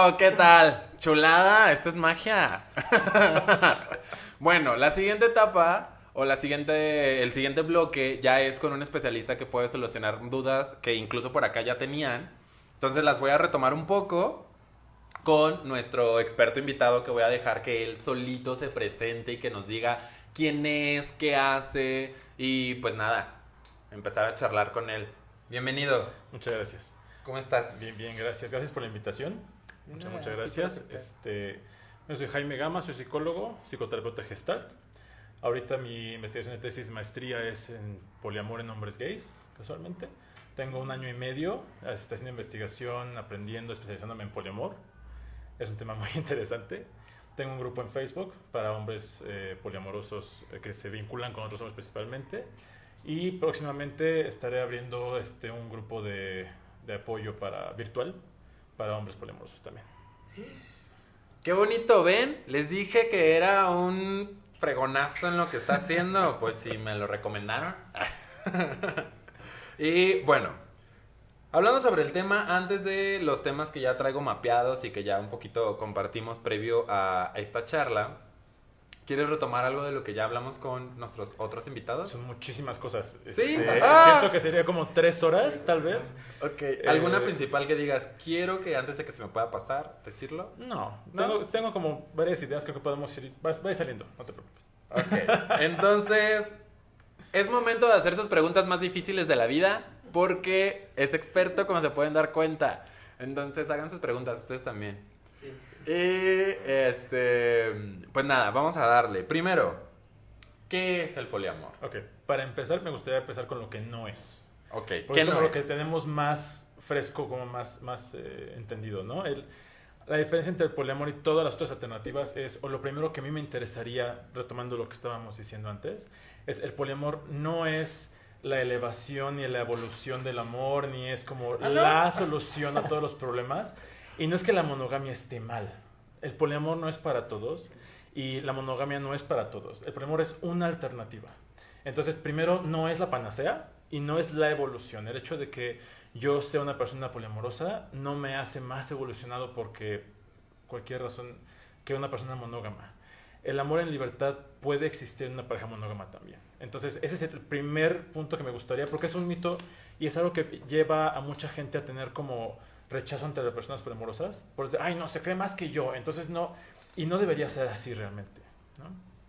Wow, ¿qué tal? Chulada, esto es magia. Bueno, la siguiente etapa o el siguiente bloque ya es con un especialista que puede solucionar dudas que incluso por acá ya tenían. Entonces las voy a retomar un poco con nuestro experto invitado que voy a dejar que él solito se presente y que nos diga quién es, qué hace y pues nada, empezar a charlar con él. Bienvenido. Muchas gracias. ¿Cómo estás? Bien, bien, gracias. Gracias por la invitación. Muchas gracias. Yo soy Jaime Gama, soy psicólogo, psicoterapeuta Gestalt. Ahorita mi investigación de tesis maestría es en poliamor en hombres gays, casualmente. Tengo 1 año y medio haciendo investigación, aprendiendo, especializándome en poliamor. Es un tema muy interesante. Tengo un grupo en Facebook para hombres poliamorosos que se vinculan con otros hombres principalmente. Y próximamente estaré abriendo un grupo de apoyo virtual para hombres poliamorosos también. Qué bonito, ¿ven? Les dije que era un fregonazo en lo que está haciendo. Pues sí, me lo recomendaron. Y bueno, hablando sobre el tema, antes de los temas que ya traigo mapeados y que ya un poquito compartimos previo a esta charla, ¿quieres retomar algo de lo que ya hablamos con nuestros otros invitados? Son muchísimas cosas. Sí. Siento que sería como 3 horas, tal vez. Ok. ¿Alguna principal que digas, quiero que antes de que se me pueda pasar, decirlo? No. Tengo como varias ideas, creo que podemos ir. Va saliendo, no te preocupes. Ok. Entonces, es momento de hacer sus preguntas más difíciles de la vida, porque es experto, como se pueden dar cuenta. Entonces, hagan sus preguntas, ustedes también. Sí. Y, pues nada, vamos a darle. Primero, ¿qué es el poliamor? Ok, para empezar me gustaría empezar con lo que no es. Ok, Porque ¿qué es como no lo que es? tenemos más fresco, como más entendido, ¿no? La diferencia entre el poliamor y todas las otras alternativas es, o lo primero que a mí me interesaría, retomando lo que estábamos diciendo antes, es el poliamor no es la elevación ni la evolución del amor, ni es como la solución a todos los problemas. Y no es que la monogamia esté mal. El poliamor no es para todos y la monogamia no es para todos. El poliamor es una alternativa. Entonces, primero, no es la panacea y no es la evolución. El hecho de que yo sea una persona poliamorosa no me hace más evolucionado porque cualquier razón que una persona monógama. El amor en libertad puede existir en una pareja monógama también. Entonces, ese es el primer punto que me gustaría, porque es un mito y es algo que lleva a mucha gente a tener como rechazo entre las personas poliamorosas, por decir, ay, no, se cree más que yo, entonces no, y no debería ser así realmente, ¿no?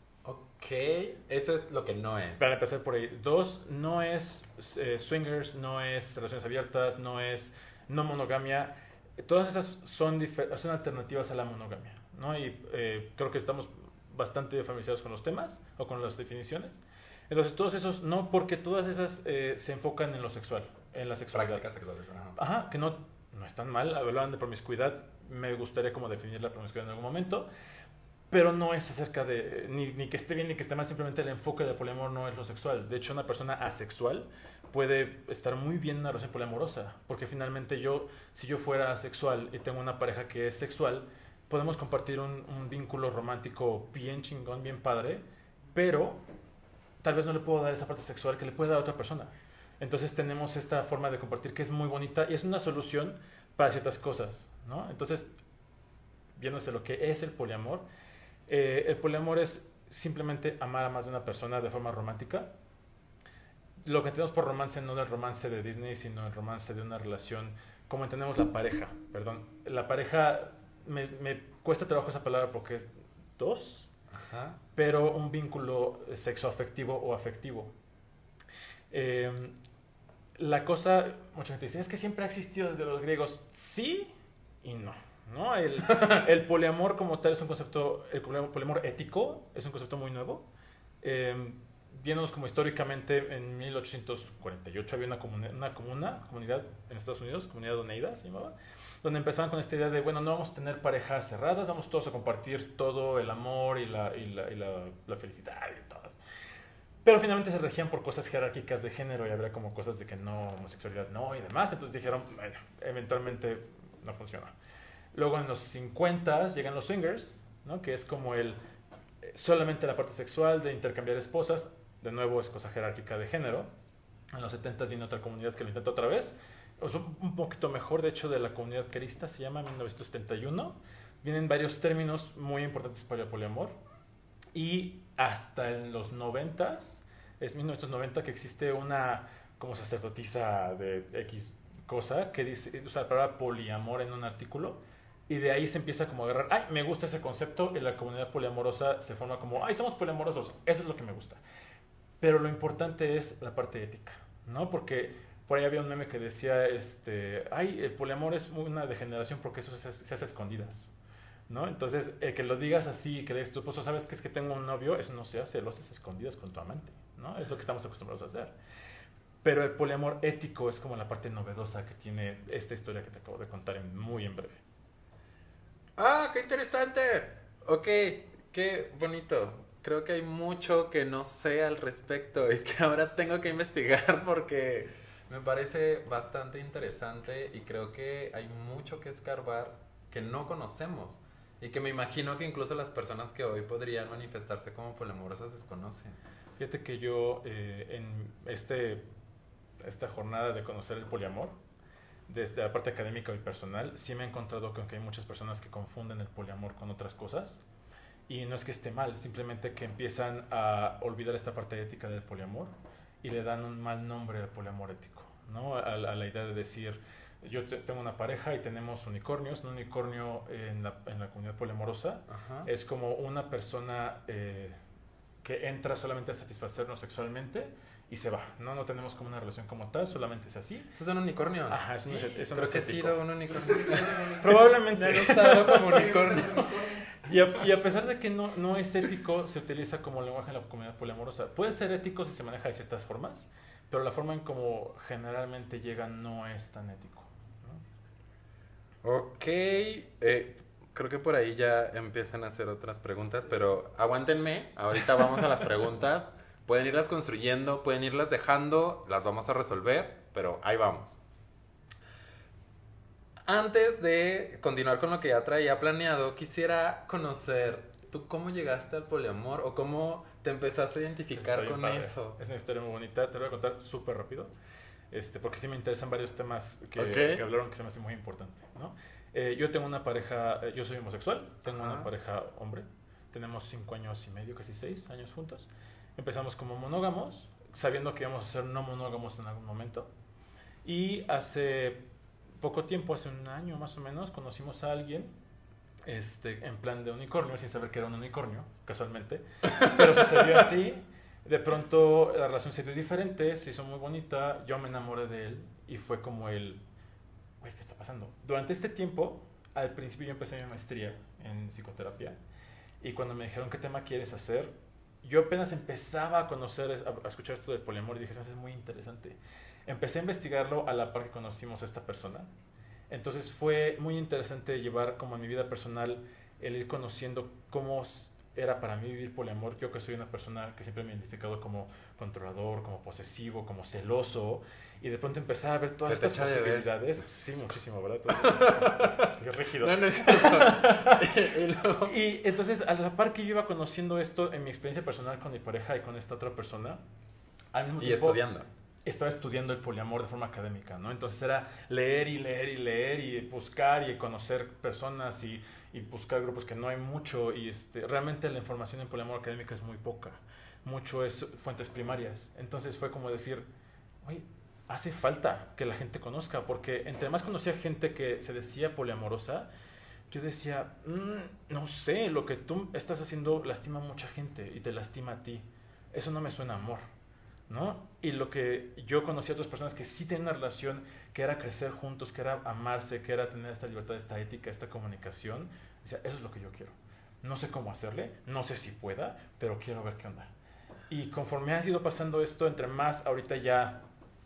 Ok, eso es lo que no es. Para empezar por ahí. 2, no es swingers, no es relaciones abiertas, no es no monogamia. Todas esas son alternativas a la monogamia, ¿no? Y creo que estamos bastante familiarizados con los temas o con las definiciones. Entonces, todos esos, no, porque todas esas se enfocan en lo sexual, en la sexualidad. Prácticas sexuales. Ajá, que no están mal, hablaban de promiscuidad, me gustaría como definir la promiscuidad en algún momento, pero no es acerca de, ni que esté bien ni que esté mal, simplemente el enfoque del poliamor no es lo sexual. De hecho, una persona asexual puede estar muy bien en una relación poliamorosa, porque finalmente si yo fuera asexual y tengo una pareja que es sexual, podemos compartir un vínculo romántico bien chingón, bien padre, pero tal vez no le puedo dar esa parte sexual que le puede dar a otra persona. Entonces tenemos esta forma de compartir que es muy bonita y es una solución para ciertas cosas, ¿no? Entonces, viéndose lo que es el poliamor es simplemente amar a más de una persona de forma romántica. Lo que entendemos por romance no es el romance de Disney, sino el romance de una relación, como entendemos la pareja, perdón. La pareja, me cuesta trabajo esa palabra porque es 2, Ajá. pero un vínculo sexoafectivo o afectivo. La cosa, mucha gente dice, es que siempre ha existido desde los griegos. Sí y no. ¿No? El poliamor como tal es un concepto, el poliamor ético es un concepto muy nuevo. Viéndonos como históricamente, en 1848 había una comunidad en Estados Unidos, comunidad Oneida se llamaba, donde empezaban con esta idea de, bueno, no vamos a tener parejas cerradas, vamos todos a compartir todo el amor y la felicidad y todas. Pero finalmente se regían por cosas jerárquicas de género y habría como cosas de que no, homosexualidad no y demás. Entonces dijeron, bueno, eventualmente no funciona. Luego en los 50 llegan los swingers, ¿no? Que es como solamente la parte sexual de intercambiar esposas. De nuevo es cosa jerárquica de género. En los 70 viene otra comunidad que lo intenta otra vez. es un poquito mejor, de hecho, de la comunidad queerista, se llama 1971. Vienen varios términos muy importantes para el poliamor. Y hasta en los 90s, es 1990 que existe una como sacerdotisa de X cosa que dice, usa la palabra poliamor en un artículo. Y de ahí se empieza como a agarrar, ay, me gusta ese concepto, y la comunidad poliamorosa se forma como, ay, somos poliamorosos, eso es lo que me gusta. Pero lo importante es la parte ética, ¿no? Porque por ahí había un meme que decía, ay, el poliamor es una degeneración porque eso se hace a escondidas, ¿no? Entonces, que lo digas así, que le digas tu esposo, ¿sabes qué es que tengo un novio? Eso no se hace, lo haces a escondidas con tu amante, ¿no? Es lo que estamos acostumbrados a hacer. Pero el poliamor ético es como la parte novedosa que tiene esta historia que te acabo de contar muy en breve. ¡Ah, qué interesante! Ok, qué bonito. Creo que hay mucho que no sé al respecto y que ahora tengo que investigar porque me parece bastante interesante y creo que hay mucho que escarbar que no conocemos y que me imagino que incluso las personas que hoy podrían manifestarse como poliamorosas desconocen. Fíjate que yo en esta jornada de conocer el poliamor, desde la parte académica y personal, sí me he encontrado con que hay muchas personas que confunden el poliamor con otras cosas. Y no es que esté mal, simplemente que empiezan a olvidar esta parte ética del poliamor y le dan un mal nombre al poliamor ético, ¿no? A la idea de decir, yo tengo una pareja y tenemos unicornios. Un unicornio en la comunidad poliamorosa es como una persona que entra solamente a satisfacernos sexualmente y se va, ¿no? No tenemos como una relación como tal, solamente es así. ¿Esos son unicornios? Ajá, es un Creo que he sido un unicornio. Probablemente. Me han usado como unicornio. Y a pesar de que no es ético, se utiliza como lenguaje en la comunidad poliamorosa. Puede ser ético si se maneja de ciertas formas, pero la forma en como generalmente llega no es tan ético, ¿no? Ok, creo que por ahí ya empiezan a hacer otras preguntas, pero aguántenme, ahorita vamos a las preguntas. Pueden irlas construyendo, pueden irlas dejando, las vamos a resolver, pero ahí vamos. Antes de continuar con lo que ya traía planeado, quisiera conocer, ¿tú cómo llegaste al poliamor o cómo te empezaste a identificar con eso? Es una historia muy bonita, te lo voy a contar súper rápido, porque sí me interesan varios temas que hablaron que se me hace muy importante, ¿no? Yo tengo una pareja, yo soy homosexual, tengo una pareja hombre, tenemos 5 años y medio, casi 6 años juntos. Empezamos como monógamos, sabiendo que íbamos a ser no monógamos en algún momento. Y hace poco tiempo, hace un año más o menos, conocimos a alguien en plan de unicornio, sin saber que era un unicornio, casualmente. Pero sucedió así. De pronto la relación se dio diferente, se hizo muy bonita, yo me enamoré de él y fue como el... Güey, ¿qué está pasando? Durante este tiempo, al principio yo empecé mi maestría en psicoterapia y cuando me dijeron, ¿qué tema quieres hacer? Yo apenas empezaba a conocer, a escuchar esto del poliamor y dije, eso es muy interesante. Empecé a investigarlo a la par que conocimos a esta persona. Entonces fue muy interesante llevar como en mi vida personal el ir conociendo cómo era para mí vivir poliamor. Yo que soy una persona que siempre me he identificado como controlador, como posesivo, como celoso. Y de pronto empezaba a ver todas estas posibilidades. Sí, muchísimo, ¿verdad? Sí, rígido. No es cierto. Y entonces, a la par que yo iba conociendo esto en mi experiencia personal con mi pareja y con esta otra persona, al mismo tiempo estudiando. Estaba estudiando el poliamor de forma académica, ¿no? Entonces era leer y leer y leer y buscar y conocer personas y buscar grupos que no hay mucho. Y realmente la información en poliamor académica es muy poca. Mucho es fuentes primarias. Entonces fue como decir, oye, hace falta que la gente conozca, porque entre más conocía gente que se decía poliamorosa, yo decía, no sé, lo que tú estás haciendo lastima a mucha gente y te lastima a ti. Eso no me suena a amor, ¿no? Y lo que yo conocí a otras personas que sí tenían una relación, que era crecer juntos, que era amarse, que era tener esta libertad, esta ética, esta comunicación, decía, eso es lo que yo quiero. No sé cómo hacerle, no sé si pueda, pero quiero ver qué onda. Y conforme ha ido pasando esto, entre más ahorita ya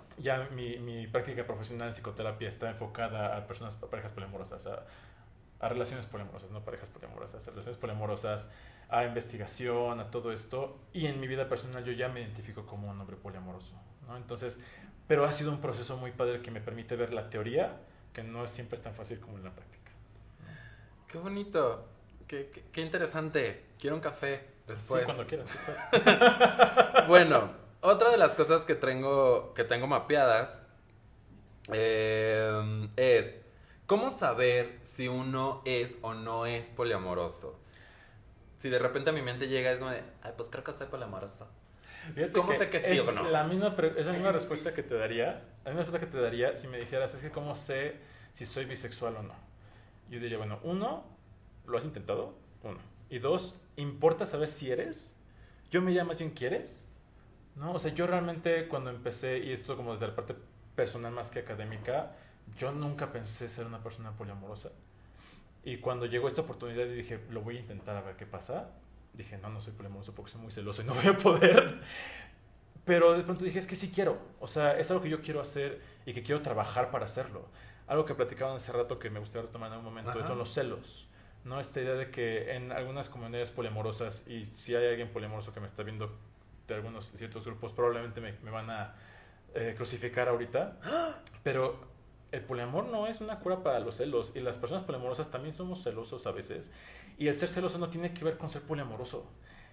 mi práctica profesional en psicoterapia está enfocada a parejas poliamorosas, a relaciones poliamorosas, no parejas poliamorosas, a relaciones poliamorosas, a investigación, a todo esto. Y en mi vida personal yo ya me identifico como un hombre poliamoroso, ¿no? Entonces, pero ha sido un proceso muy padre que me permite ver la teoría, que no siempre es tan fácil como en la práctica. Qué bonito, qué interesante. Quiero un café después. Sí, cuando quieras. Sí, bueno, otra de las cosas que tengo mapeadas Es, ¿cómo saber si uno es o no es poliamoroso? Si de repente a mi mente llega, es como de, ay, pues creo que soy poliamoroso. Fíjate ¿Cómo sé que sí es o no? es la misma respuesta que te daría, la misma respuesta que te daría si me dijeras, es que cómo sé si soy bisexual o no. Yo diría, bueno, uno, ¿lo has intentado? Uno. Y dos, ¿importa saber si eres? Yo me diría más bien, ¿quieres? ¿No? O sea, yo realmente cuando empecé, y esto como desde la parte personal más que académica, yo nunca pensé ser una persona poliamorosa. Y cuando llegó esta oportunidad y dije, lo voy a intentar a ver qué pasa, dije, no, no soy poliamoroso porque soy muy celoso y no voy a poder. Pero de pronto dije, es que sí quiero. O sea, es algo que yo quiero hacer y que quiero trabajar para hacerlo. Algo que platicaban hace rato que me gustaría retomar en algún momento Ajá. son los celos. ¿No? Esta idea de que en algunas comunidades poliamorosas, y si hay alguien poliamoroso que me está viendo de algunos ciertos grupos, probablemente me van a crucificar ahorita. Pero el poliamor no es una cura para los celos. Y las personas poliamorosas también somos celosos a veces. Y el ser celoso no tiene que ver con ser poliamoroso.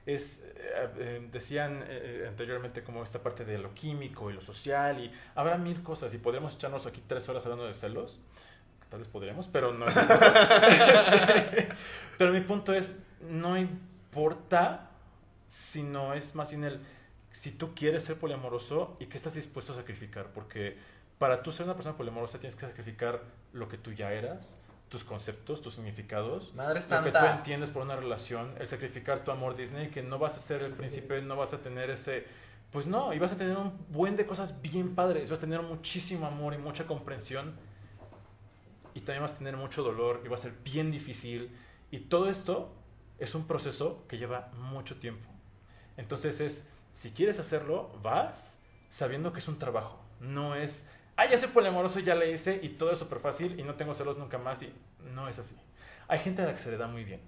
Decían anteriormente como esta parte de lo químico y lo social y habrá mil cosas y podríamos echarnos aquí 3 horas hablando de celos, que tal vez podríamos, pero no es pero mi punto es, no importa, sino es más bien el si tú quieres ser poliamoroso y qué estás dispuesto a sacrificar, porque para tú ser una persona poliamorosa tienes que sacrificar lo que tú ya eras, tus conceptos, tus significados, Madre lo que tú santa. entiendes por una relación, el sacrificar tu amor Disney, que no vas a ser el príncipe, no vas a tener ese... Pues no, y vas a tener un buen de cosas bien padres, vas a tener muchísimo amor y mucha comprensión, y también vas a tener mucho dolor, y va a ser bien difícil, y todo esto es un proceso que lleva mucho tiempo. Entonces si quieres hacerlo, vas sabiendo que es un trabajo, no es ya soy poliamoroso, ya le hice y todo es súper fácil y no tengo celos nunca más y no es así. Hay gente a la que se le da muy bien.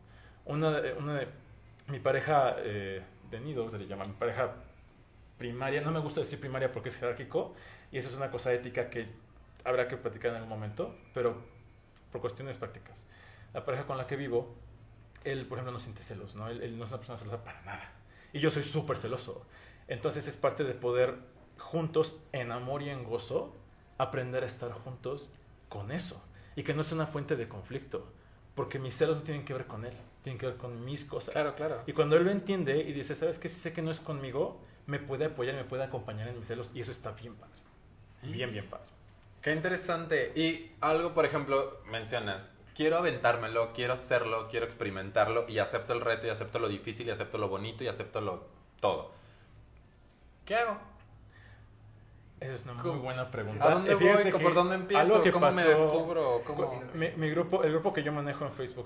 Mi pareja de nido, se le llama, mi pareja primaria, no me gusta decir primaria porque es jerárquico y eso es una cosa ética que habrá que platicar en algún momento, pero por cuestiones prácticas. La pareja con la que vivo, él, por ejemplo, no siente celos, ¿no? Él no es una persona celosa para nada. Y yo soy súper celoso. Entonces es parte de poder juntos, en amor y en gozo, aprender a estar juntos con eso y que no es una fuente de conflicto porque mis celos no tienen que ver con él, tienen que ver con mis cosas. Claro, claro. Y cuando él lo entiende y dice, ¿sabes qué? Si sé que no es conmigo, me puede apoyar, me puede acompañar en mis celos y eso está bien padre. Bien, bien padre. Qué interesante. Y algo, por ejemplo, mencionas, quiero aventármelo, quiero hacerlo, quiero experimentarlo y acepto el reto y acepto lo difícil y acepto lo bonito y acepto lo todo. ¿Qué hago? Esa es una muy ¿Cómo? buena pregunta. ¿A dónde Fíjate voy? que ¿Por dónde empiezo? algo que ¿Cómo me pasó- descubro? ¿Cómo? Mi grupo, el grupo que yo manejo en Facebook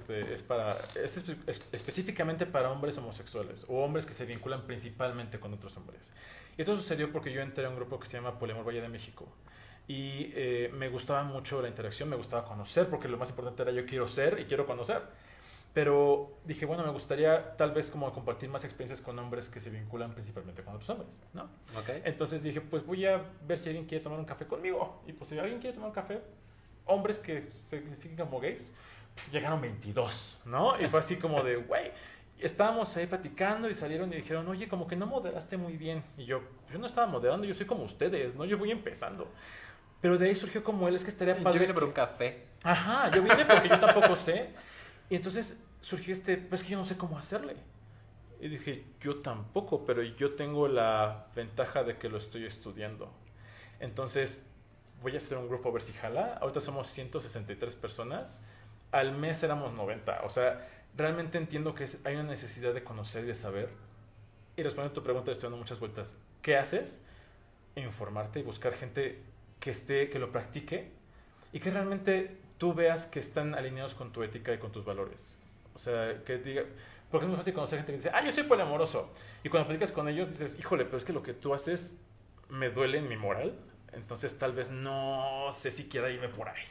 es específicamente para hombres homosexuales o hombres que se vinculan principalmente con otros hombres. Y esto sucedió porque yo entré a un grupo que se llama Poliamor Valle de México y me gustaba mucho la interacción, me gustaba conocer porque lo más importante era yo quiero ser y quiero conocer. Pero dije, bueno, me gustaría tal vez como compartir más experiencias con hombres que se vinculan principalmente con otros hombres, ¿no? Ok. Entonces dije, pues voy a ver si alguien quiere tomar un café conmigo. Y pues si alguien quiere tomar un café, hombres que se identifican como gays, llegaron 22, ¿no? Y fue así como de, güey, estábamos ahí platicando y salieron y dijeron, oye, como que no moderaste muy bien. Y yo no estaba moderando, yo soy como ustedes, ¿no? Yo voy empezando. Pero de ahí surgió como él, es que estaría padre. Yo vine por que- un café. Ajá, yo vine porque yo tampoco sé. Y entonces surgió pues que yo no sé cómo hacerle. Y dije, yo tampoco, pero yo tengo la ventaja de que lo estoy estudiando. Entonces, voy a hacer un grupo a ver si jala. Ahorita somos 163 personas. Al mes éramos 90. O sea, realmente entiendo que hay una necesidad de conocer y de saber. Y respondiendo a tu pregunta, estoy dando muchas vueltas. ¿Qué haces? Informarte y buscar gente que lo practique y que realmente tú veas que están alineados con tu ética y con tus valores. O sea, que diga... Porque es muy fácil conocer gente que dice, yo soy poliamoroso. Y cuando platicas con ellos dices, híjole, pero es que lo que tú haces me duele en mi moral. Entonces tal vez no sé si quiera irme por ahí.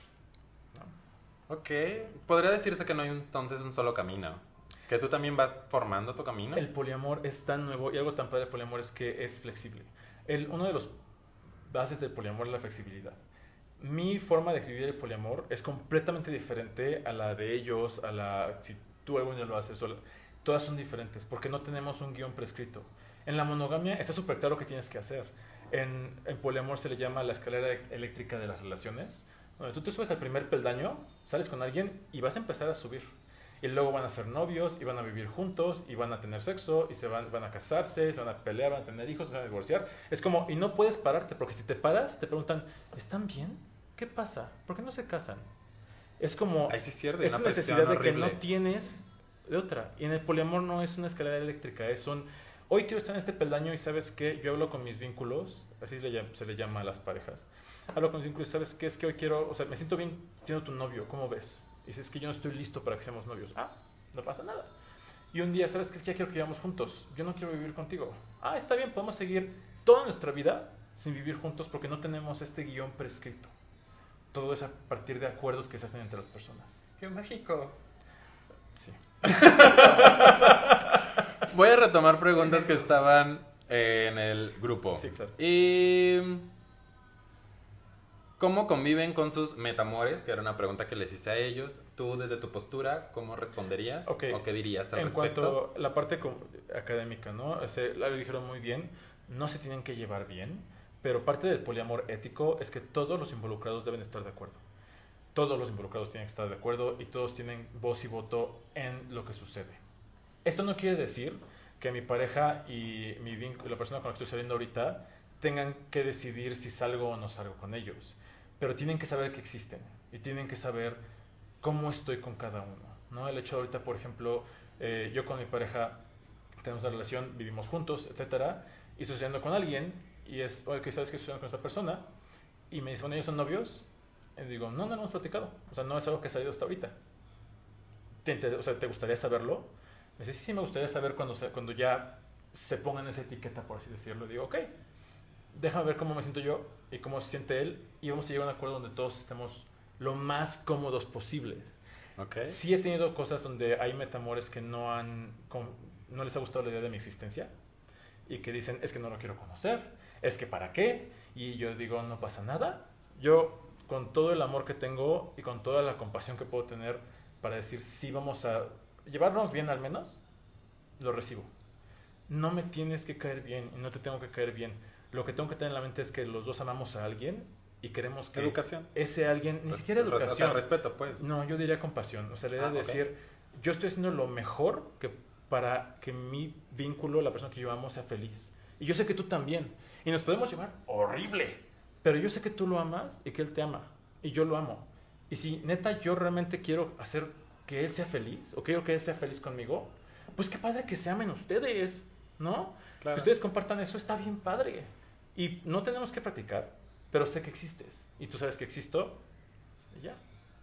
¿No? Ok. Podría decirse que no hay entonces un solo camino. Que tú también vas formando tu camino. El poliamor es tan nuevo y algo tan padre del poliamor es que es flexible. Uno de los bases del poliamor es la flexibilidad. Mi forma de vivir el poliamor es completamente diferente a la de ellos, si tú algún día lo haces, todas son diferentes porque no tenemos un guión prescrito. En la monogamia está súper claro qué tienes que hacer. en poliamor se le llama la escalera eléctrica de las relaciones, donde tú te subes al primer peldaño, sales con alguien y vas a empezar a subir. Y luego van a ser novios, y van a vivir juntos, y van a tener sexo, y van a casarse, se van a pelear, van a tener hijos, se van a divorciar. Es como, y no puedes pararte, porque si te paras, te preguntan, ¿están bien? ¿Qué pasa? ¿Por qué no se casan? Es como, Ay, sí es cierto, esta una necesidad presión de que horrible. no tienes de otra. Y en el poliamor no es una escalera eléctrica, es un, hoy quiero estar en este peldaño y ¿sabes qué? Yo hablo con mis vínculos, así se le llama a las parejas. Hablo con mis vínculos, ¿sabes qué? Es que hoy quiero, o sea, me siento bien siendo tu novio, ¿cómo ves? Y dices, es que yo no estoy listo para que seamos novios. Ah, no pasa nada. Y un día, ¿sabes qué? Es que ya quiero que vivamos juntos. Yo no quiero vivir contigo. Ah, está bien, podemos seguir toda nuestra vida sin vivir juntos porque no tenemos este guión prescrito. Todo es a partir de acuerdos que se hacen entre las personas. ¡Qué mágico! Sí. Voy a retomar preguntas que estaban en el grupo. Sí, claro. Y... ¿cómo conviven con sus metamores? Que era una pregunta que les hice a ellos. Tú, desde tu postura, ¿cómo responderías? Ok. ¿O qué dirías al En respecto? cuanto a la parte académica, ¿no? Lo dijeron muy bien, no se tienen que llevar bien, pero parte del poliamor ético es que todos los involucrados deben estar de acuerdo. Todos los involucrados tienen que estar de acuerdo y todos tienen voz y voto en lo que sucede. Esto no quiere decir que mi pareja y la persona con la que estoy saliendo ahorita tengan que decidir si salgo o no salgo con ellos, pero tienen que saber que existen y tienen que saber cómo estoy con cada uno, ¿no? El hecho de ahorita, por ejemplo, yo con mi pareja tenemos una relación, vivimos juntos, etcétera, y estoy saliendo con alguien y es, oye, ¿sabes que estoy saliendo con esa persona? Y me dice, bueno, ¿ellos son novios? Y digo, no, no hemos platicado, o sea, no es algo que ha salido hasta ahorita. O sea, ¿te gustaría saberlo? Me dice, sí, sí, me gustaría saber cuando ya se pongan esa etiqueta, por así decirlo. Digo, ok, déjame ver cómo me siento yo y cómo se siente él y vamos a llegar a un acuerdo donde todos estemos lo más cómodos posibles. Okay. Sí he tenido cosas donde hay metamores que no les ha gustado la idea de mi existencia y que dicen, es que no lo quiero conocer, es que para qué, y yo digo, no pasa nada. Yo, con todo el amor que tengo y con toda la compasión que puedo tener para decir, sí, vamos a llevarnos bien al menos, lo recibo. No me tienes que caer bien y no te tengo que caer bien. Lo que tengo que tener en la mente es que los dos amamos a alguien y queremos que Educación. ese alguien, ni siquiera educación, O sea, respeto, pues. no, yo diría compasión. O sea, la idea de ok. decir, yo estoy haciendo lo mejor para que mi vínculo, la persona que yo amo, sea feliz. Y yo sé que tú también. Y nos podemos llevar horrible. Pero yo sé que tú lo amas y que él te ama. Y yo lo amo. Y si neta yo realmente quiero hacer que él sea feliz, o quiero que él sea feliz conmigo, pues qué padre que se amen ustedes, ¿no? Claro. Que ustedes compartan eso, está bien padre. Y no tenemos que practicar, pero sé que existes. Y tú sabes que existo, y ya.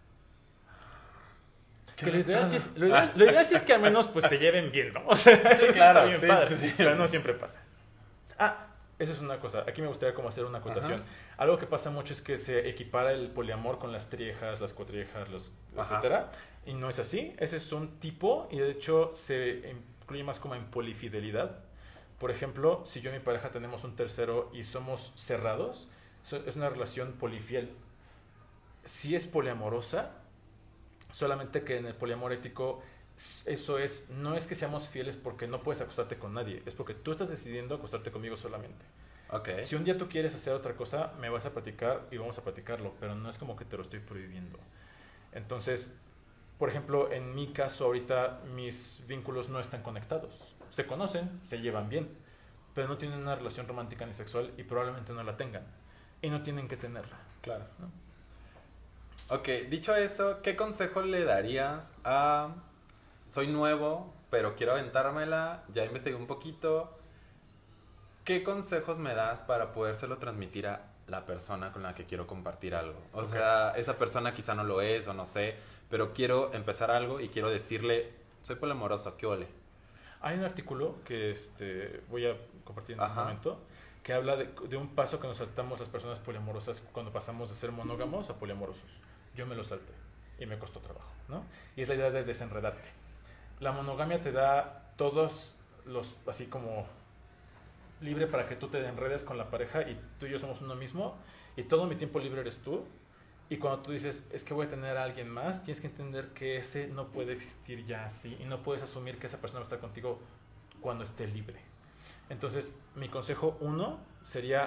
Que lo ideal sí es que al menos pues se lleven bien, ¿no? O sea, Sí, claro, está bien sí, padre, sí, sí. pero no siempre pasa. Ah, eso es una cosa. Aquí me gustaría como hacer una acotación. Ajá. Algo que pasa mucho es que se equipara el poliamor con las triejas, las cuatriejas, Ajá. etcétera. Y no es así. Ese es un tipo y de hecho se incluye más como en polifidelidad. Por ejemplo, si yo y mi pareja tenemos un tercero y somos cerrados, es una relación polifiel. Si es poliamorosa, solamente que en el poliamor ético eso es, no es que seamos fieles porque no puedes acostarte con nadie, es porque tú estás decidiendo acostarte conmigo solamente. Okay. Si un día tú quieres hacer otra cosa, me vas a platicar y vamos a platicarlo, pero no es como que te lo estoy prohibiendo. Entonces, por ejemplo, en mi caso ahorita mis vínculos no están conectados. Se conocen, se llevan bien, pero no tienen una relación romántica ni sexual y probablemente no la tengan. Y no tienen que tenerla. Claro. ¿No? Ok, dicho eso, ¿qué consejo le darías a... soy nuevo, pero quiero aventármela, ya investigué un poquito. ¿Qué consejos me das para podérselo transmitir a la persona con la que quiero compartir algo? O sea, esa persona quizá no lo es o no sé, pero quiero empezar algo y quiero decirle, soy poliamoroso, ¿qué ole? Hay un artículo que voy a compartir en un Ajá. momento que habla de un paso que nos saltamos las personas poliamorosas cuando pasamos de ser monógamos a poliamorosos. Yo me lo salté y me costó trabajo, ¿no? Y es la idea de desenredarte. La monogamia te da todos los, así como libre para que tú te enredes con la pareja y tú y yo somos uno mismo y todo mi tiempo libre eres tú. Y cuando tú dices, es que voy a tener a alguien más, tienes que entender que ese no puede existir ya así y no puedes asumir que esa persona va a estar contigo cuando esté libre. Entonces, mi consejo 1 sería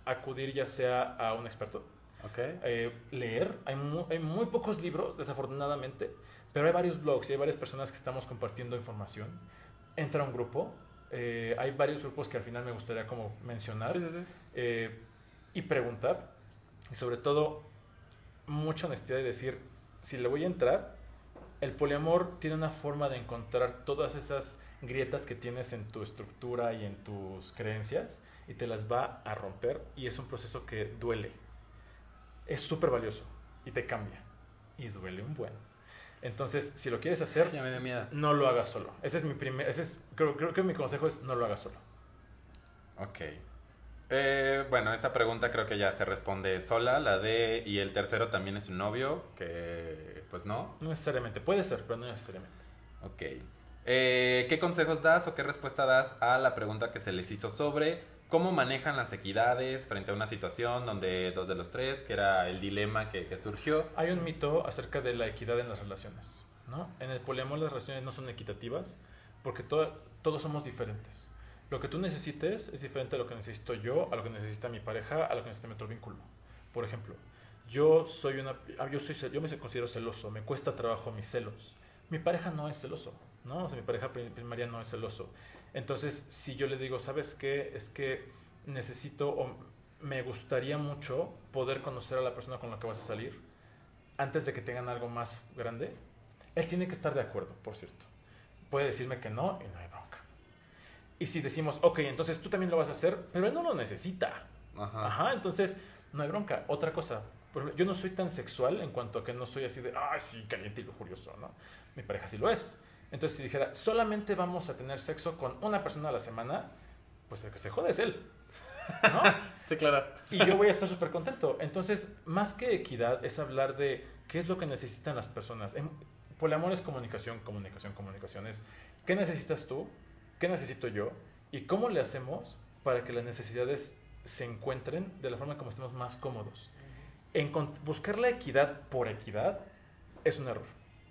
acudir ya sea a un experto, Ok. leer. Hay muy pocos libros, desafortunadamente, pero hay varios blogs y hay varias personas que estamos compartiendo información. Entra a un grupo. Hay varios grupos que al final me gustaría como mencionar. Sí, sí, sí. Y preguntar. Y sobre todo, mucha honestidad de decir, si le voy a entrar, el poliamor tiene una forma de encontrar todas esas grietas que tienes en tu estructura y en tus creencias y te las va a romper, y es un proceso que duele. Es súper valioso y te cambia y duele un buen. Entonces, si lo quieres hacer, Ya me dio miedo. no lo hagas solo. Ese es mi creo que mi consejo es no lo hagas solo. Ok. Bueno, esta pregunta creo que ya se responde sola, la de ¿y el tercero también es un novio? Que pues no. No necesariamente, puede ser, pero no necesariamente. Ok. ¿Qué consejos das o qué respuesta das a la pregunta que se les hizo sobre cómo manejan las equidades frente a una situación donde dos de los tres, que era el dilema que surgió? Hay un mito acerca de la equidad en las relaciones, ¿no? En el poliamor las relaciones no son equitativas porque todos somos diferentes. Lo que tú necesites es diferente a lo que necesito yo, a lo que necesita mi pareja, a lo que necesita mi otro vínculo. Por ejemplo, yo me considero celoso, me cuesta trabajo mis celos. Mi pareja no es celoso, ¿no? O sea, mi pareja primaria no es celoso. Entonces, si yo le digo, ¿sabes qué? Es que necesito o me gustaría mucho poder conocer a la persona con la que vas a salir antes de que tengan algo más grande, él tiene que estar de acuerdo, por cierto. Puede decirme que no y no hay bronca. Y si decimos, ok, entonces tú también lo vas a hacer, pero él no lo necesita. Ajá, entonces no hay bronca. Otra cosa, por ejemplo, yo no soy tan sexual en cuanto a que no soy así de, ay, sí, caliente y lujurioso, ¿no? Mi pareja sí lo es. Entonces, si dijera, solamente vamos a tener sexo con una persona a la semana, pues el que se jode es él, ¿no? Sí, claro. Y yo voy a estar súper contento. Entonces, más que equidad, es hablar de qué es lo que necesitan las personas. Poliamor es comunicación, comunicación, comunicación. Es qué necesitas tú, qué necesito yo, y cómo le hacemos para que las necesidades se encuentren de la forma como estemos más cómodos. Buscar la equidad por equidad es un error.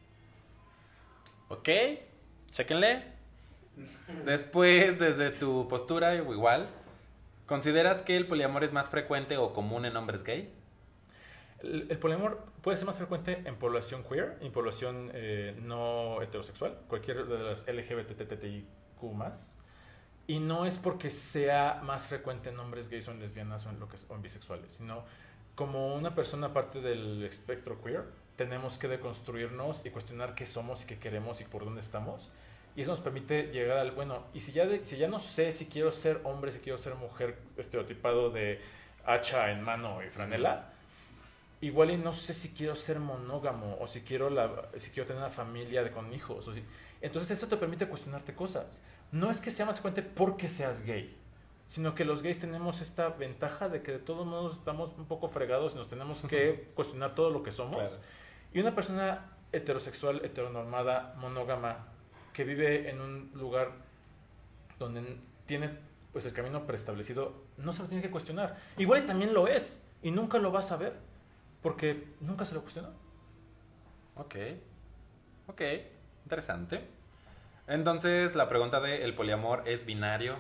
Ok, chéquenle. Después, desde tu postura, igual, ¿consideras que el poliamor es más frecuente o común en hombres gay? El poliamor puede ser más frecuente en población queer, en población no heterosexual, cualquier de las LGBTTIQ+. Y no es porque sea más frecuente en hombres gays o en lesbianas o en bisexuales, sino como una persona parte del espectro queer, tenemos que deconstruirnos y cuestionar qué somos y qué queremos y por dónde estamos. Y eso nos permite llegar al, bueno, y si ya no sé si quiero ser hombre, si quiero ser mujer, estereotipado de hacha en mano y franela, igual y no sé si quiero ser monógamo o si quiero tener una familia con hijos. Entonces esto te permite cuestionarte cosas. No es que sea más frecuente porque seas gay, sino que los gays tenemos esta ventaja de que de todos modos estamos un poco fregados y nos tenemos que cuestionar todo lo que somos. Claro. Y una persona heterosexual, heteronormada, monógama, que vive en un lugar donde tiene pues el camino preestablecido, no se lo tiene que cuestionar. Igual y también lo es, y nunca lo vas a ver, porque nunca se lo cuestionó. Ok, interesante. Entonces, la pregunta de ¿el poliamor es binario?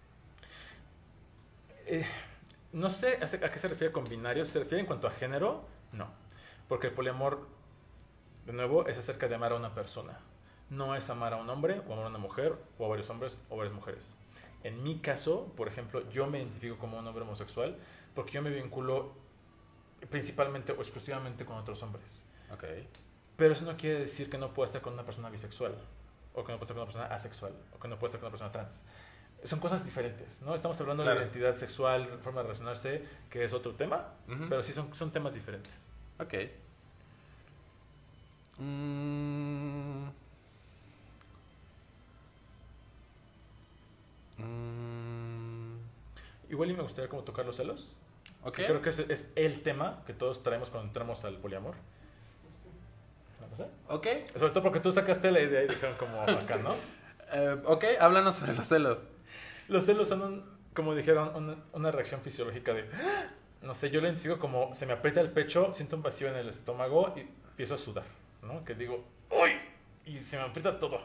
No sé a qué se refiere con binario. ¿Se refiere en cuanto a género? No. Porque el poliamor, de nuevo, es acerca de amar a una persona. No es amar a un hombre o amar a una mujer o a varios hombres o varias mujeres. En mi caso, por ejemplo, yo me identifico como un hombre homosexual porque yo me vinculo principalmente o exclusivamente con otros hombres. Okay. Pero eso no quiere decir que no pueda estar con una persona bisexual, o que no pueda estar con una persona asexual, o que no pueda estar con una persona trans. Son cosas diferentes, ¿no? Estamos hablando de identidad sexual, forma de relacionarse, que es otro tema, pero sí son temas diferentes. Ok. Igual y me gustaría como tocar los celos. Okay. Creo que ese es el tema que todos traemos cuando entramos al poliamor. No sé. Ok. Sobre todo porque tú sacaste la idea y dijeron como acá, ¿no? Ok, háblanos sobre los celos. Los celos son, como dijeron, una reacción fisiológica de... No sé, yo lo identifico como se me aprieta el pecho, siento un vacío en el estómago y empiezo a sudar, ¿no? Que digo, ¡uy! Y se me aprieta todo.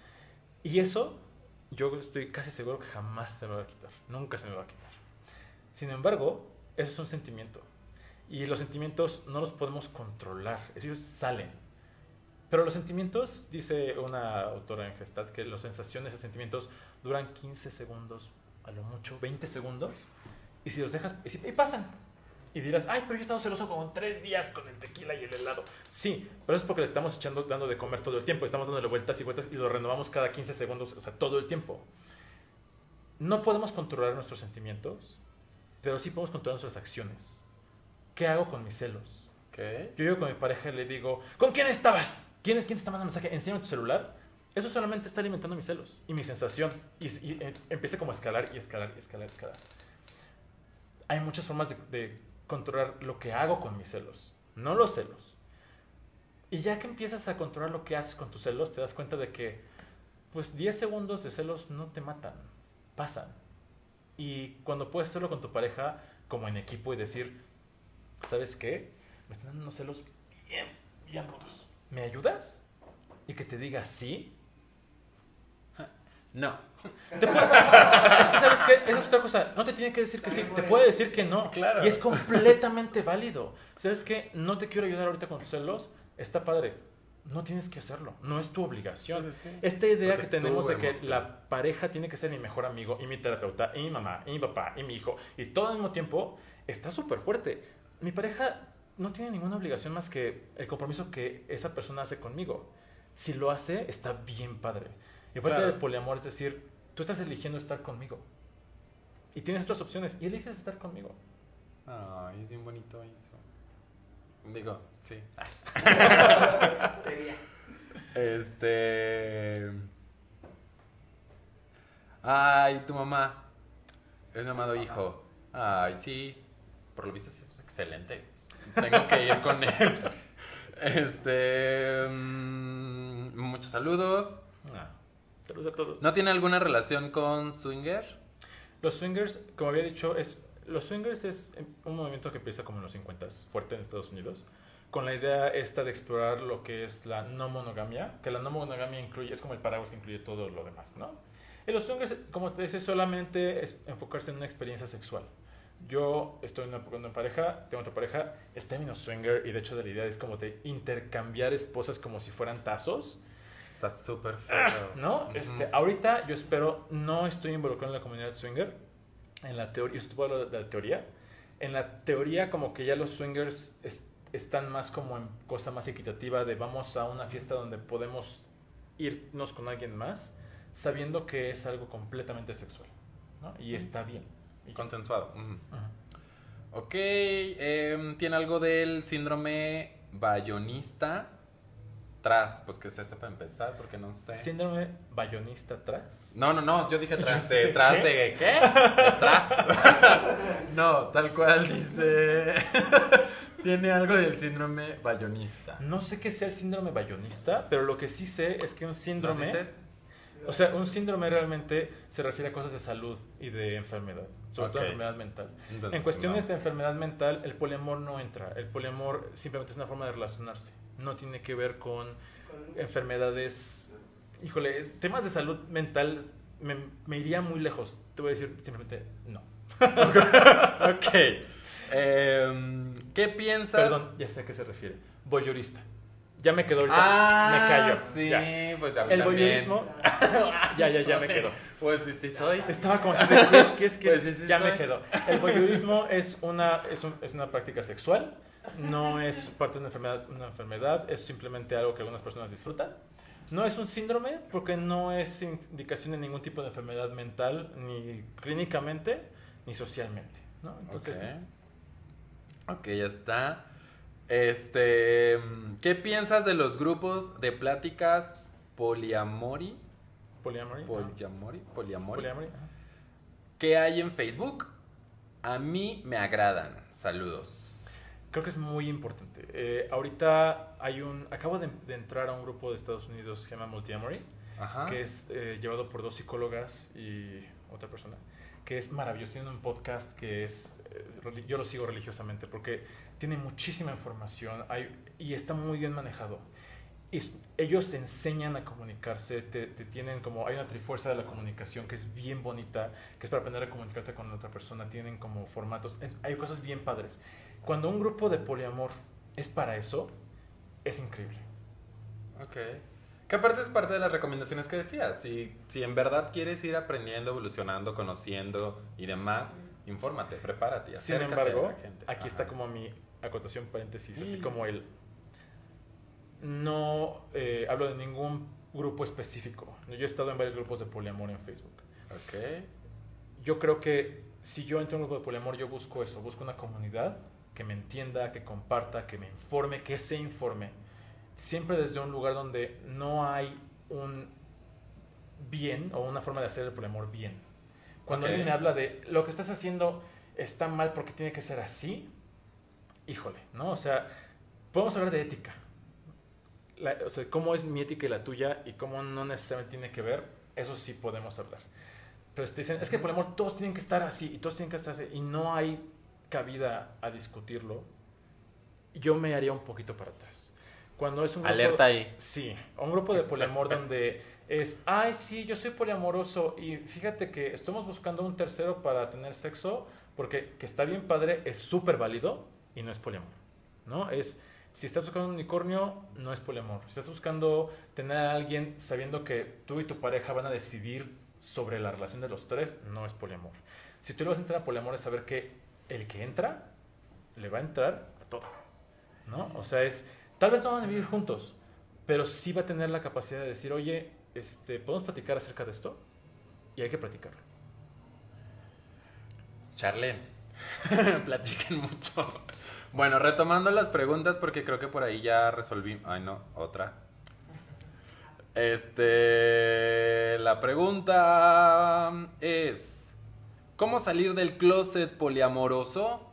Y eso, yo estoy casi seguro que jamás se me va a quitar. Nunca se me va a quitar. Sin embargo, eso es un sentimiento. Y los sentimientos no los podemos controlar, ellos salen. Pero los sentimientos, dice una autora en Gestalt, que las sensaciones, los sentimientos duran 15 segundos, a lo mucho 20 segundos, y si los dejas, y pasan. Y dirás, ay, pero yo he estado celoso como 3 días con el tequila y el helado. Sí, pero eso es porque le estamos dando de comer todo el tiempo, estamos dándole vueltas y vueltas y lo renovamos cada 15 segundos, o sea, todo el tiempo. No podemos controlar nuestros sentimientos, pero sí podemos controlar nuestras acciones. ¿Qué hago con mis celos? ¿Qué? Yo llego con mi pareja y le digo, ¿con quién estabas? ¿Quién te está mandando mensaje? Enséñame tu celular. Eso solamente está alimentando mis celos y mi sensación. Y empieza como a escalar y escalar y escalar y escalar. Hay muchas formas de controlar lo que hago con mis celos, no los celos. Y ya que empiezas a controlar lo que haces con tus celos, te das cuenta de que pues 10 segundos de celos no te matan, pasan. Y cuando puedes hacerlo con tu pareja, como en equipo, y decir, ¿sabes qué? Me están dando unos celos bien rudos. ¿Me ayudas? Y que te diga sí. No. Es que, ¿sabes qué? Esa es otra cosa. No te tiene que decir que sí. Te puede decir que no. Claro. Y es completamente válido. ¿Sabes qué? No te quiero ayudar ahorita con tus celos. Está padre. No tienes que hacerlo. No es tu obligación. Sí. Esta idea Porque que tenemos de que emoción. la pareja tiene que ser mi mejor amigo, y mi terapeuta, y mi mamá, y mi papá, y mi hijo, y todo al mismo tiempo, está súper fuerte. Mi pareja no tiene ninguna obligación más que el compromiso que esa persona hace conmigo. Si lo hace, está bien padre. Y parte del poliamor es decir, tú estás eligiendo estar conmigo. Y tienes otras opciones y eliges estar conmigo. Ay, es bien bonito eso. Digo, sí. Sería. Ay, tu mamá. Es mi amado hijo. Ay, sí. Por lo visto sí es excelente. Tengo que ir con él. Muchos saludos. Saludos a todos. ¿No tiene alguna relación con Swinger? Los swingers, como había dicho, los swingers es un movimiento que empieza como en los 50s, fuerte en Estados Unidos, con la idea esta de explorar lo que es la no monogamia, que la no monogamia es como el paraguas que incluye todo lo demás, ¿no? Y los swingers, como te dice, solamente es enfocarse en una experiencia sexual. Yo estoy en una pareja, tengo otra pareja, el término swinger, y de hecho de la idea es como de intercambiar esposas como si fueran tazos. Está súper feo. ¿No? Ahorita yo espero, no estoy involucrado en la comunidad swinger. En la teoría, yo estoy hablando de la teoría. En la teoría, como que ya los swingers están más como en cosa más equitativa de vamos a una fiesta donde podemos irnos con alguien más, sabiendo que es algo completamente sexual, ¿no? Y está bien. Y Consensuado. Ajá. Ok. ¿Tiene algo del síndrome bayonista? Tras, pues que se sepa empezar, porque no sé. Síndrome bayonista tras. No, yo dije tras ¿Sí? de, ¿tras ¿Qué? de qué? De tras. No, tal cual dice. Tiene algo del síndrome bayonista. No sé qué sea el síndrome bayonista, pero lo que sí sé es que un síndrome... ¿No dices? O sea, un síndrome realmente se refiere a cosas de salud y de enfermedad, sobre todo Ok. enfermedad mental. Entonces, En cuestiones no. de enfermedad mental, el poliamor no entra. El poliamor simplemente es una forma de relacionarse. No tiene que ver con enfermedades... Híjole, temas de salud mental me iría muy lejos. Te voy a decir simplemente no. Ok. ¿Qué piensas? Perdón, ya sé a qué se refiere. Voyeurista. Ya me quedó ahorita. Me callo. Sí, Ya. pues ya El también. voyeurismo. ya me quedó. Pues sí soy. Estaba como así de, ¿qué es? Pues sí ya soy. me quedó. El voyeurismo es una práctica sexual, no es parte de una enfermedad, es simplemente algo que algunas personas disfrutan. No es un síndrome porque no es indicación de ningún tipo de enfermedad mental, ni clínicamente, ni socialmente, ¿no? Entonces, Ok, ya está. ¿Qué piensas de los grupos de pláticas poliamori? poliamory. Poliamori. Ajá. ¿Qué hay en Facebook? A mí me agradan. Saludos. Creo que es muy importante. Ahorita acabo de entrar a un grupo de Estados Unidos que se llama Multiamory, Ajá. que es llevado por 2 psicólogas y otra persona, que es maravilloso. Tiene un podcast que es, yo lo sigo religiosamente porque tiene muchísima información y está muy bien manejado. Ellos te enseñan a comunicarse, te tienen como, hay una trifuerza de la comunicación que es bien bonita, que es para aprender a comunicarte con otra persona, tienen como formatos, hay cosas bien padres. Cuando un grupo de poliamor es para eso, es increíble. Ok. Que aparte es parte de las recomendaciones que decías. Si en verdad quieres ir aprendiendo, evolucionando, conociendo y demás, infórmate, prepárate, Sin acércate embargo, a la gente. aquí está como mi acotación paréntesis, así como el... No hablo de ningún grupo específico. Yo he estado en varios grupos de poliamor en Facebook. Ok. Yo creo que si yo entro en un grupo de poliamor, yo busco eso, busco una comunidad que me entienda, que comparta, que me informe, que se informe. Siempre desde un lugar donde no hay un bien o una forma de hacer el poliamor bien. Cuando alguien me habla de lo que estás haciendo está mal porque tiene que ser así, híjole, ¿no? O sea, podemos hablar de ética. O sea, cómo es mi ética y la tuya y cómo no necesariamente tiene que ver, eso sí podemos hablar. Pero te dicen, es que por amor todos tienen que estar así y todos tienen que estar así y no hay cabida a discutirlo, yo me haría un poquito para atrás. Cuando es un grupo, alerta ahí. Sí, un grupo de poliamor donde es, ay, sí, yo soy poliamoroso y fíjate que estamos buscando un tercero para tener sexo porque que está bien padre, es súper válido y no es poliamor, ¿no? Es... Si estás buscando un unicornio, no es poliamor. Si estás buscando tener a alguien sabiendo que tú y tu pareja van a decidir sobre la relación de los tres, no es poliamor. Si tú le vas a entrar a poliamor es saber que el que entra, le va a entrar a todo, ¿no? O sea, tal vez no van a vivir juntos, pero sí va a tener la capacidad de decir, oye, ¿podemos platicar acerca de esto? Y hay que platicarlo. Charlene, platiquen mucho. Bueno, retomando las preguntas porque creo que por ahí ya resolví. Ay, no, otra. La pregunta es: ¿cómo salir del closet poliamoroso?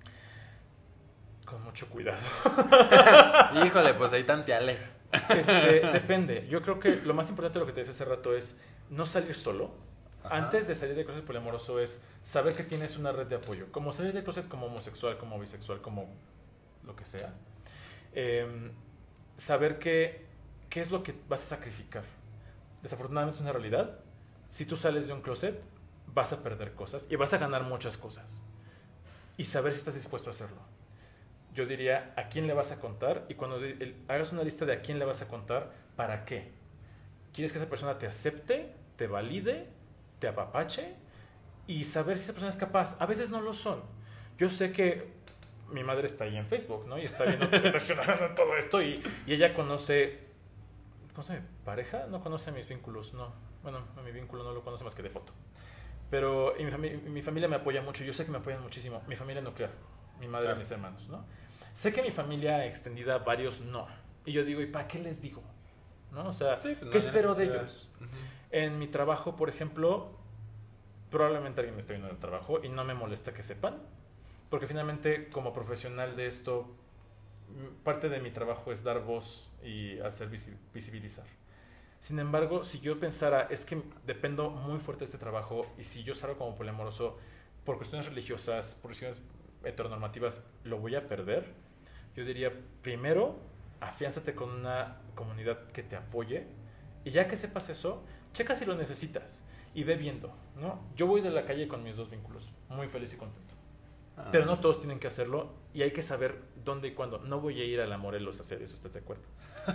Con mucho cuidado. Híjole, pues ahí tanteale. Depende. Yo creo que lo más importante de lo que te decía hace rato es no salir solo. Ajá. Antes de salir del closet poliamoroso es saber que tienes una red de apoyo. Como salir del closet como homosexual, como bisexual, como lo que sea. Saber qué es lo que vas a sacrificar. Desafortunadamente es una realidad. Si tú sales de un closet, vas a perder cosas y vas a ganar muchas cosas. Y saber si estás dispuesto a hacerlo. Yo diría, ¿a quién le vas a contar? Y cuando hagas una lista de a quién le vas a contar, ¿para qué? ¿Quieres que esa persona te acepte, te valide, te apapache? Y saber si esa persona es capaz. A veces no lo son. Yo sé que mi madre está ahí en Facebook, ¿no? Y está viendo, está todo esto y ella conoce mi pareja, no conoce mis vínculos, no. Bueno, mi vínculo no lo conoce más que de foto. Pero mi familia me apoya mucho, yo sé que me apoyan muchísimo. Mi familia nuclear, mi madre, claro, y mis hermanos, ¿no? Sé que mi familia extendida, varios no. Y yo digo, ¿y para qué les digo? ¿No? O sea, sí, pues ¿qué espero de ellos? Uh-huh. En mi trabajo, por ejemplo, probablemente alguien me esté viendo en el trabajo y no me molesta que sepan, porque finalmente como profesional de esto, parte de mi trabajo es dar voz y hacer visibilizar. Sin embargo, si yo pensara, es que dependo muy fuerte de este trabajo y si yo salgo como poliamoroso por cuestiones religiosas, por cuestiones heteronormativas, lo voy a perder, yo diría, primero, afiánzate con una comunidad que te apoye y ya que sepas eso, checa si lo necesitas y ve viendo, ¿no? Yo voy de la calle con mis dos vínculos, muy feliz y contento. Pero no todos tienen que hacerlo y hay que saber dónde y cuándo. No voy a ir a la Morelos a hacer eso, ¿estás de acuerdo?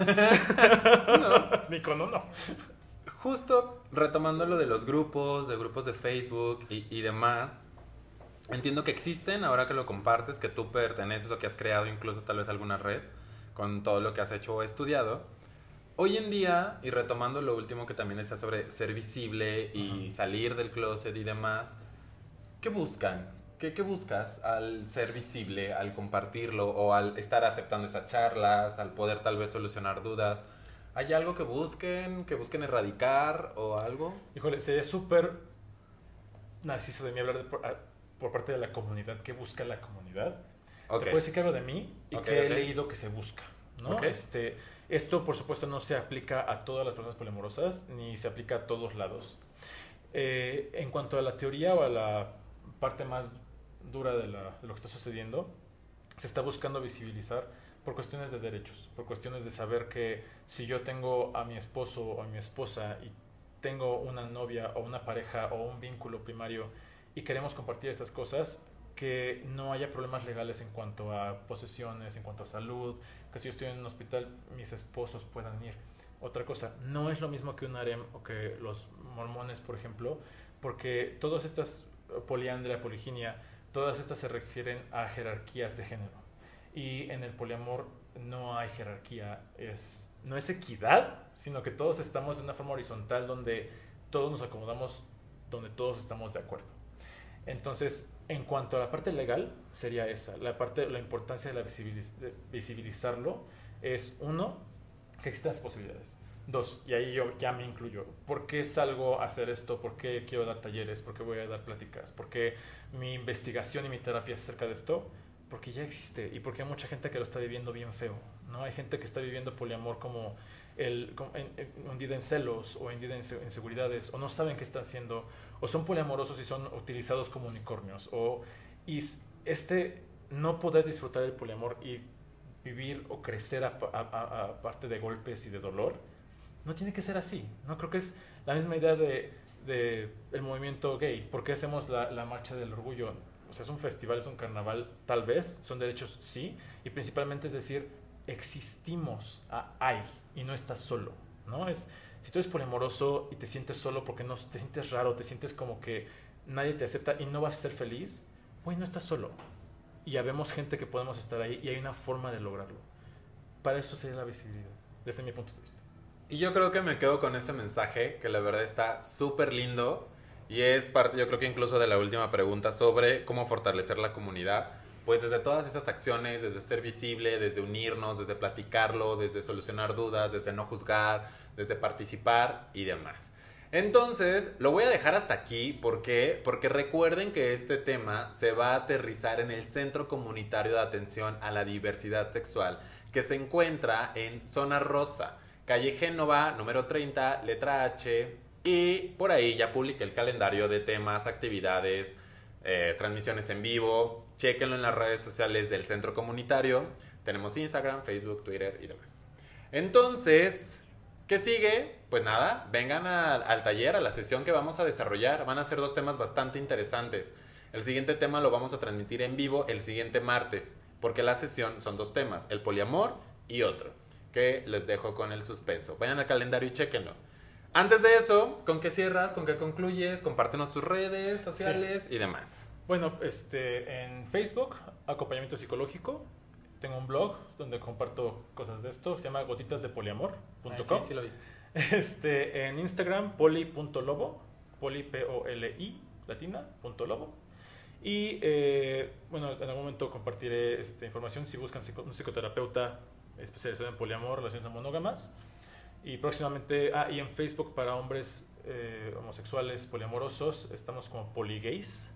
No. Ni con uno. Justo retomando lo de los grupos de Facebook y demás, entiendo que existen, ahora que lo compartes, que tú perteneces o que has creado incluso tal vez alguna red con todo lo que has hecho o estudiado. Hoy en día, y retomando lo último que también decía sobre ser visible y salir del closet y demás, ¿qué buscan? ¿Qué buscas al ser visible, al compartirlo o al estar aceptando esas charlas, al poder tal vez solucionar dudas? ¿Hay algo que busquen erradicar o algo? Híjole, sería súper narciso de mí hablar por parte de la comunidad. ¿Qué busca la comunidad? Okay. Te puedo decir que hablo de mí y que he leído que se busca, ¿no? Okay. Esto, por supuesto, no se aplica a todas las personas poliamorosas ni se aplica a todos lados. En cuanto a la teoría o a la parte más dura de lo que está sucediendo, se está buscando visibilizar por cuestiones de derechos, por cuestiones de saber que si yo tengo a mi esposo o a mi esposa y tengo una novia o una pareja o un vínculo primario y queremos compartir estas cosas, que no haya problemas legales en cuanto a posesiones, en cuanto a salud, que si yo estoy en un hospital, mis esposos puedan ir. Otra cosa, no es lo mismo que un harem o que los mormones, por ejemplo, porque todas estas, poliandria, poliginia, todas estas se refieren a jerarquías de género. Y en el poliamor no hay jerarquía, no es equidad, sino que todos estamos de una forma horizontal donde todos nos acomodamos, donde todos estamos de acuerdo. Entonces, en cuanto a la parte legal, sería esa. La importancia de visibilizarlo es, uno, que existan las posibilidades. Dos, y ahí yo ya me incluyo. ¿Por qué salgo a hacer esto? ¿Por qué quiero dar talleres? ¿Por qué voy a dar pláticas? ¿Por qué mi investigación y mi terapia es acerca de esto? Porque ya existe y porque hay mucha gente que lo está viviendo bien feo, ¿no? Hay gente que está viviendo poliamor como hundida en celos o hundida en inseguridades, o no saben qué están haciendo, o son poliamorosos y son utilizados como unicornios, y no poder disfrutar del poliamor y vivir o crecer a parte de golpes y de dolor, no tiene que ser así, ¿no? Creo que es la misma idea de el movimiento gay. ¿Por qué hacemos la marcha del orgullo? O sea, es un festival, es un carnaval, tal vez, son derechos, sí, y principalmente es decir, existimos, hay, y no estás solo, ¿no? Si tú eres poliamoroso y te sientes solo porque no te sientes raro, te sientes como que nadie te acepta y no vas a ser feliz, güey, no estás solo. Y habemos gente que podemos estar ahí y hay una forma de lograrlo. Para eso sería la visibilidad, desde mi punto de vista. Y yo creo que me quedo con este mensaje, que la verdad está súper lindo, y es parte, yo creo que incluso de la última pregunta sobre cómo fortalecer la comunidad. Pues desde todas esas acciones, desde ser visible, desde unirnos, desde platicarlo, desde solucionar dudas, desde no juzgar, desde participar y demás. Entonces, lo voy a dejar hasta aquí. ¿Por qué? Porque recuerden que este tema se va a aterrizar en el Centro Comunitario de Atención a la Diversidad Sexual, que se encuentra en Zona Rosa, calle Génova, número 30, letra H, y por ahí ya publiqué el calendario de temas, actividades, transmisiones en vivo. Chéquenlo en las redes sociales del Centro Comunitario. Tenemos Instagram, Facebook, Twitter y demás. Entonces, ¿qué sigue? Pues nada, vengan al taller, a la sesión que vamos a desarrollar. Van a ser 2 temas bastante interesantes. El siguiente tema lo vamos a transmitir en vivo el siguiente martes, porque la sesión son 2 temas, el poliamor y otro, que les dejo con el suspenso. Vayan al calendario y chéquenlo. Antes de eso, ¿con qué cierras? ¿Con qué concluyes? Compártenos tus redes sociales y demás. Bueno, en Facebook, Acompañamiento Psicológico. Tengo un blog donde comparto cosas de esto. Se llama gotitasdepoliamor.com. Sí, sí lo vi. En Instagram, poli.lobo. Poli, P-O-L-I, latina, .lobo. Y, bueno, en algún momento compartiré información si buscan un psicoterapeuta especializado en poliamor, relaciones no monógamas. Y próximamente, y en Facebook para hombres homosexuales poliamorosos, estamos como poligays.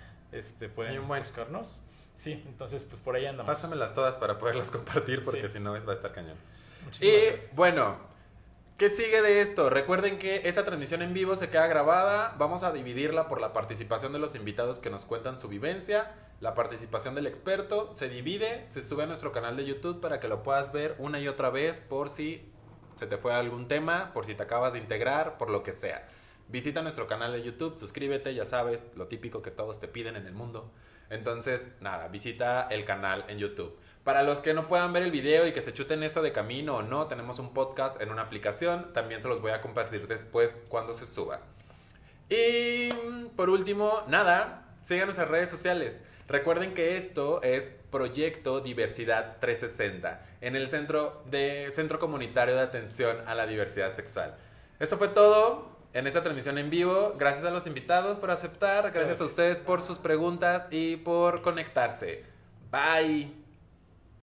Pueden buscarnos. Sí, entonces pues por ahí andamos. Pásamelas todas para poderlas compartir, porque si no va a estar cañón. Muchísimas gracias. Bueno, ¿qué sigue de esto? Recuerden que esta transmisión en vivo se queda grabada. Vamos a dividirla por la participación de los invitados que nos cuentan su vivencia. La participación del experto se divide, se sube a nuestro canal de YouTube para que lo puedas ver una y otra vez por si se te fue algún tema, por si te acabas de integrar, por lo que sea. Visita nuestro canal de YouTube, suscríbete, ya sabes, lo típico que todos te piden en el mundo. Entonces, nada, visita el canal en YouTube. Para los que no puedan ver el video y que se chuten esto de camino o no, tenemos un podcast en una aplicación. También se los voy a compartir después cuando se suba. Y por último, nada, sigan nuestras redes sociales. Recuerden que esto es Proyecto Diversidad 360 en el Centro Comunitario de Atención a la Diversidad Sexual. Esto fue todo en esta transmisión en vivo. Gracias a los invitados por aceptar, gracias a ustedes por sus preguntas y por conectarse. Bye.